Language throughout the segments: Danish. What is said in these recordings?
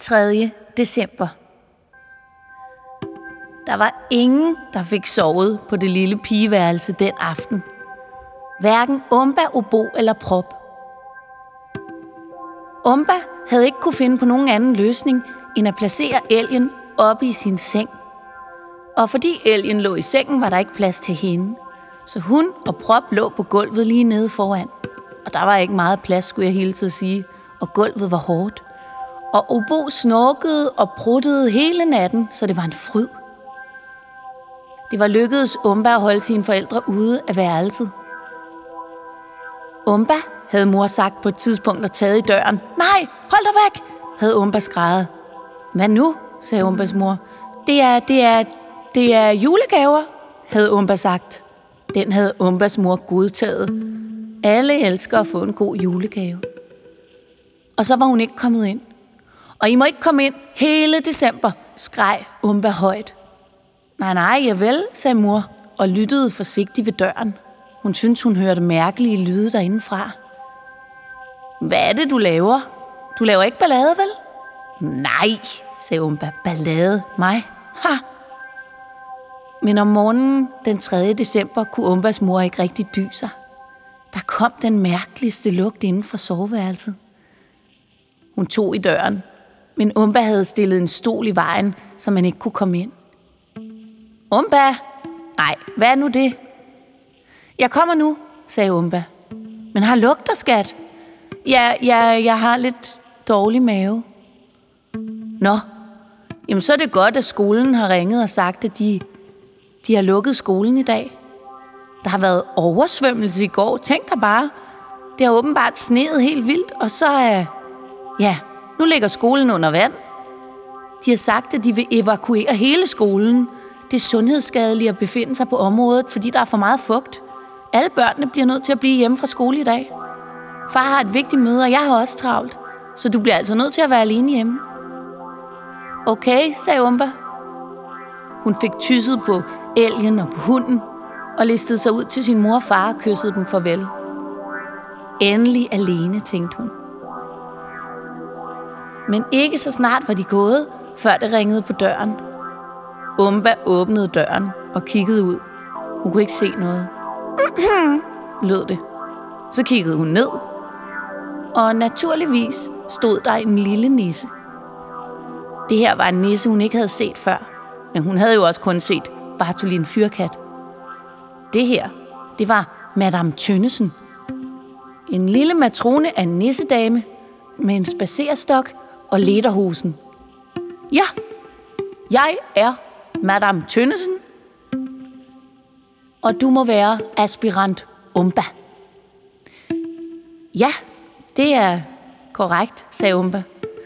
3. december. Der var ingen, der fik sovet på det lille pigeværelse den aften. Hverken Umba, Obo eller Prop. Umba havde ikke kunne finde på nogen anden løsning, end at placere elgen oppe i sin seng. Og fordi elgen lå i sengen, var der ikke plads til hende. Så hun og Prop lå på gulvet lige nede foran. Og der var ikke meget plads, skulle jeg hele tiden sige. Og gulvet var hårdt. Og Obo snorkede og pruttede hele natten, så det var en fryd. Det var lykkedes Umba at holde sine forældre ude af værelset. Umba, havde mor sagt på et tidspunkt og taget i døren. Nej, hold dig væk, havde Umba skreget. Hvad nu, sagde Umbas mor. Det er julegaver, havde Umba sagt. Den havde Umbas mor godtaget. Alle elsker at få en god julegave. Og så var hun ikke kommet ind. Og I må ikke komme ind hele december, skreg Umba højt. Nej, javel, sagde mor og lyttede forsigtigt ved døren. Hun syntes, hun hørte mærkelige lyde derindefra. Hvad er det, du laver? Du laver ikke ballade, vel? Nej, sagde Umba. Ballade? Mig? Ha! Men om morgenen den 3. december kunne Umbas mor ikke rigtig dy sig. Der kom den mærkeligste lugt inden fra soveværelset. Hun tog i døren, men Umba havde stillet en stol i vejen, så man ikke kunne komme ind. Umba! Nej, hvad er nu det? Jeg kommer nu, sagde Umba. Men har lugter, skat? Jeg har lidt dårlig mave. Nå, jamen så er det godt, at skolen har ringet og sagt, at de har lukket skolen i dag. Der har været oversvømmelse i går. Tænk dig bare. Det har åbenbart sneet helt vildt, og så nu ligger skolen under vand. De har sagt, at de vil evakuere hele skolen. Det er sundhedsskadeligt at befinde sig på området, fordi der er for meget fugt. Alle børnene bliver nødt til at blive hjemme fra skole i dag. Far har et vigtigt møde, og jeg har også travlt. Så du bliver altså nødt til at være alene hjemme. Okay, sagde Umba. Hun fik tysset på elgen og på hunden, og listede sig ud til sin mor og far og kyssede dem farvel. Endelig alene, tænkte hun. Men ikke så snart var de gået, før det ringede på døren. Umba åbnede døren og kiggede ud. Hun kunne ikke se noget. Lød det. Så kiggede hun ned. Og naturligvis stod der en lille nisse. Det her var en nisse, hun ikke havde set før. Men hun havde jo også kun set Bartolin Fyrkat. Det her, det var Madame Tønnesen. En lille matrone af en nissedame med en spadserestok og lederhosen. Ja, jeg er Madame Tønnesen, og du må være aspirant Umba. Ja, det er korrekt, sagde Umba.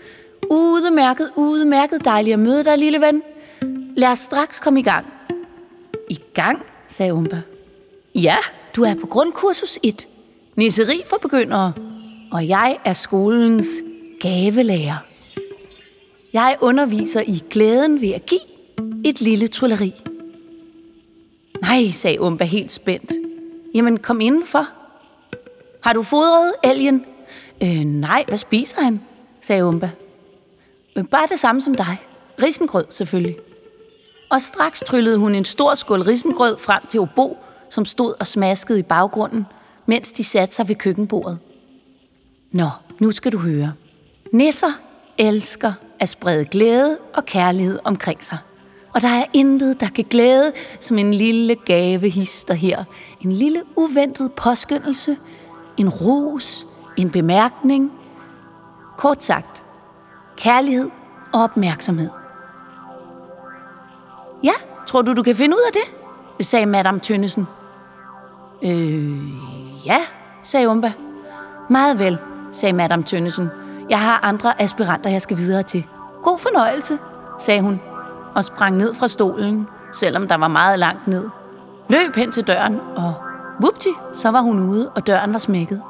Udmærket dejligt at møde dig, lille ven. Lad os straks komme i gang. I gang, sagde Umba. Ja, du er på grundkursus 1. Nisseri for begyndere. Og jeg er skolens gavelærer. Jeg underviser i glæden ved at give et lille trylleri. Nej, sagde Umba helt spændt. Jamen, kom indenfor. Har du fodret elgen? Nej, hvad spiser han? Sagde Umba. Bare det samme som dig. Risengrød, selvfølgelig. Og straks tryllede hun en stor skål risengrød frem til Obo, som stod og smaskede i baggrunden, mens de satte sig ved køkkenbordet. Nå, nu skal du høre. Nisser elsker at sprede glæde og kærlighed omkring sig. Og der er intet, der kan glæde som en lille gavehister her. En lille uventet påskyndelse, en ros, en bemærkning. Kort sagt, kærlighed og opmærksomhed. Ja, tror du kan finde ud af det? Sagde Madame Tønnesen. Ja, sagde Umba. Meget vel, sagde Madame Tønnesen. Jeg har andre aspiranter, jeg skal videre til. God fornøjelse, sagde hun, og sprang ned fra stolen, selvom der var meget langt ned. Løb hen til døren, og vupti, så var hun ude, og døren var smækket.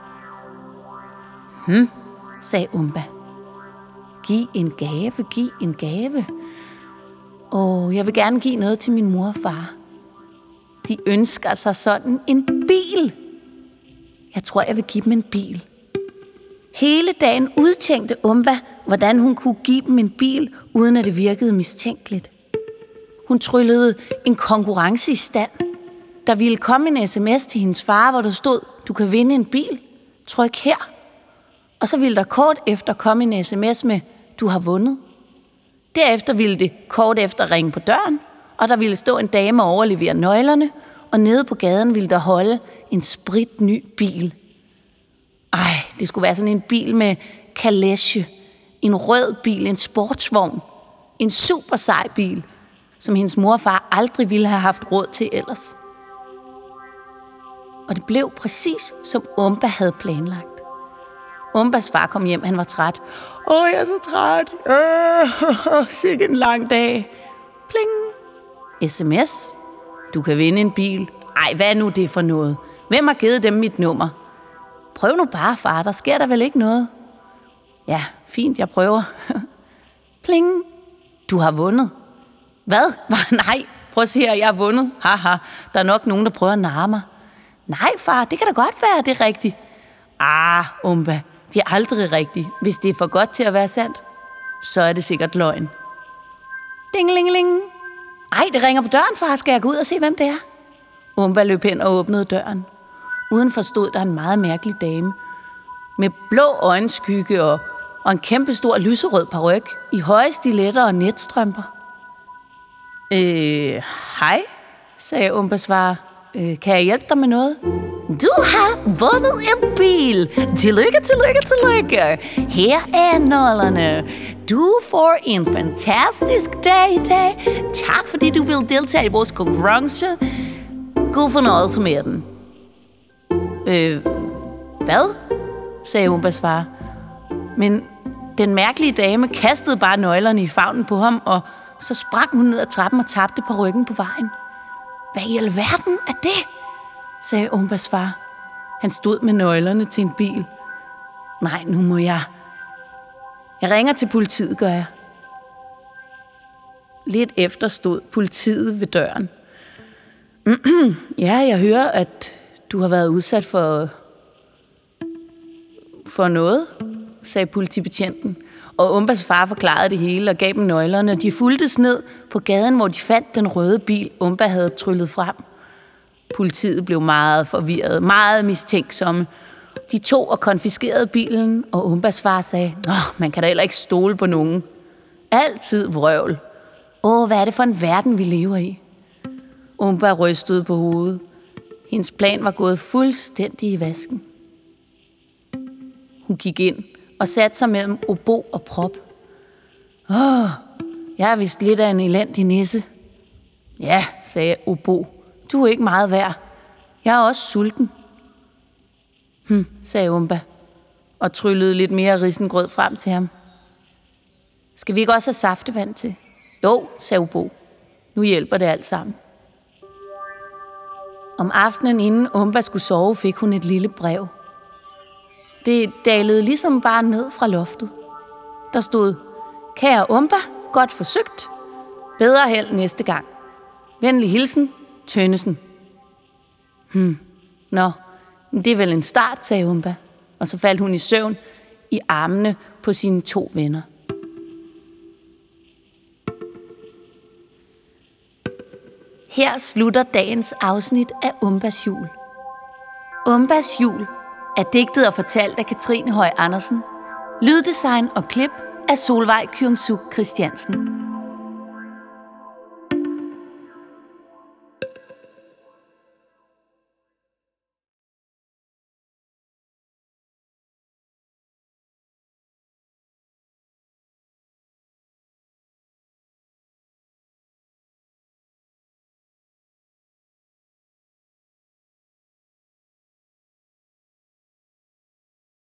Sagde Umba. Giv en gave. Jeg vil gerne give noget til min mor og far. De ønsker sig sådan en bil. Jeg tror, jeg vil give dem en bil. Hele dagen udtænkte Umba, hvordan hun kunne give dem en bil, uden at det virkede mistænkeligt. Hun tryllede en konkurrence i stand. Der ville komme en sms til hendes far, hvor der stod, du kan vinde en bil. Tryk her. Og så ville der kort efter komme en sms med, du har vundet. Derefter ville det kort efter ringe på døren, og der ville stå en dame og overlevere nøglerne, og nede på gaden ville der holde en spritny bil. Det skulle være sådan en bil med kalesje, en rød bil, en sportsvogn, en super sej bil, som hendes mor og far aldrig ville have haft råd til ellers. Og det blev præcis, som Umba havde planlagt. Umbas far kom hjem, han var træt. Jeg er så træt. Sikke en lang dag. Pling. SMS. Du kan vinde en bil. Hvad er nu det for noget? Hvem har givet dem mit nummer? Prøv nu bare, far. Der sker der vel ikke noget? Ja, fint, jeg prøver. Pling. Du har vundet. Hvad? Nej, prøv at se her, jeg har vundet. Haha, der er nok nogen, der prøver at narre mig. Nej, far, det kan da godt være, det er rigtigt. Umba, det er aldrig rigtigt. Hvis det er for godt til at være sandt, så er det sikkert løgn. Ding-ling-ling. Det ringer på døren, far. Skal jeg gå ud og se, hvem det er? Umba løb hen og åbnede døren. Udenfor stod der en meget mærkelig dame med blå øjenskygge og en kæmpe stor lyserød paryk i høje stiletter og netstrømper. Hej, sagde Umbas far. Kan jeg hjælpe dig med noget? Du har vundet en bil. Tillykke. Her er nøglerne. Du får en fantastisk dag i dag. Tak, fordi du vil deltage i vores konkurrence. God fornøjelse med den. Hvad? Sagde Umbas far. Men den mærkelige dame kastede bare nøglerne i favnen på ham, og så sprang hun ned ad trappen og tabte parykken på vejen. Hvad i alverden er det? Sagde Umbas far. Han stod med nøglerne til en bil. Nej, nu må jeg. Jeg ringer til politiet, gør jeg. Lidt efter stod politiet ved døren. Ja, jeg hører, at du har været udsat for noget, sagde politibetjenten. Og Umbas far forklarede det hele og gav dem nøglerne, og de fulgtes ned på gaden, hvor de fandt den røde bil, Umba havde tryllet frem. Politiet blev meget forvirret, meget mistænksomme. De tog og konfiskerede bilen, og Umbas far sagde, man kan da heller ikke stole på nogen. Altid vrøvl. Hvad er det for en verden, vi lever i? Umba rystede på hovedet. Hendes plan var gået fuldstændig i vasken. Hun gik ind og satte sig mellem obo og prop. Jeg er vist lidt af en elendig nisse. Ja, sagde obo. Du er ikke meget værd. Jeg er også sulten. Sagde Umba og tryllede lidt mere risengrød frem til ham. Skal vi ikke også have saftevand til? Jo, sagde obo. Nu hjælper det alt sammen. Om aftenen, inden Umba skulle sove, fik hun et lille brev. Det dalede ligesom bare ned fra loftet. Der stod, kære Umba, godt forsøgt. Bedre held næste gang. Venlig hilsen, Tønnesen. Det er vel en start, sagde Umba. Og så faldt hun i søvn i armene på sine 2 venner. Her slutter dagens afsnit af Umbas jul. Umbas jul er digtet og fortalt af Katrine Høj Andersen. Lyddesign og klip af Solvej Kyungsuk Christiansen.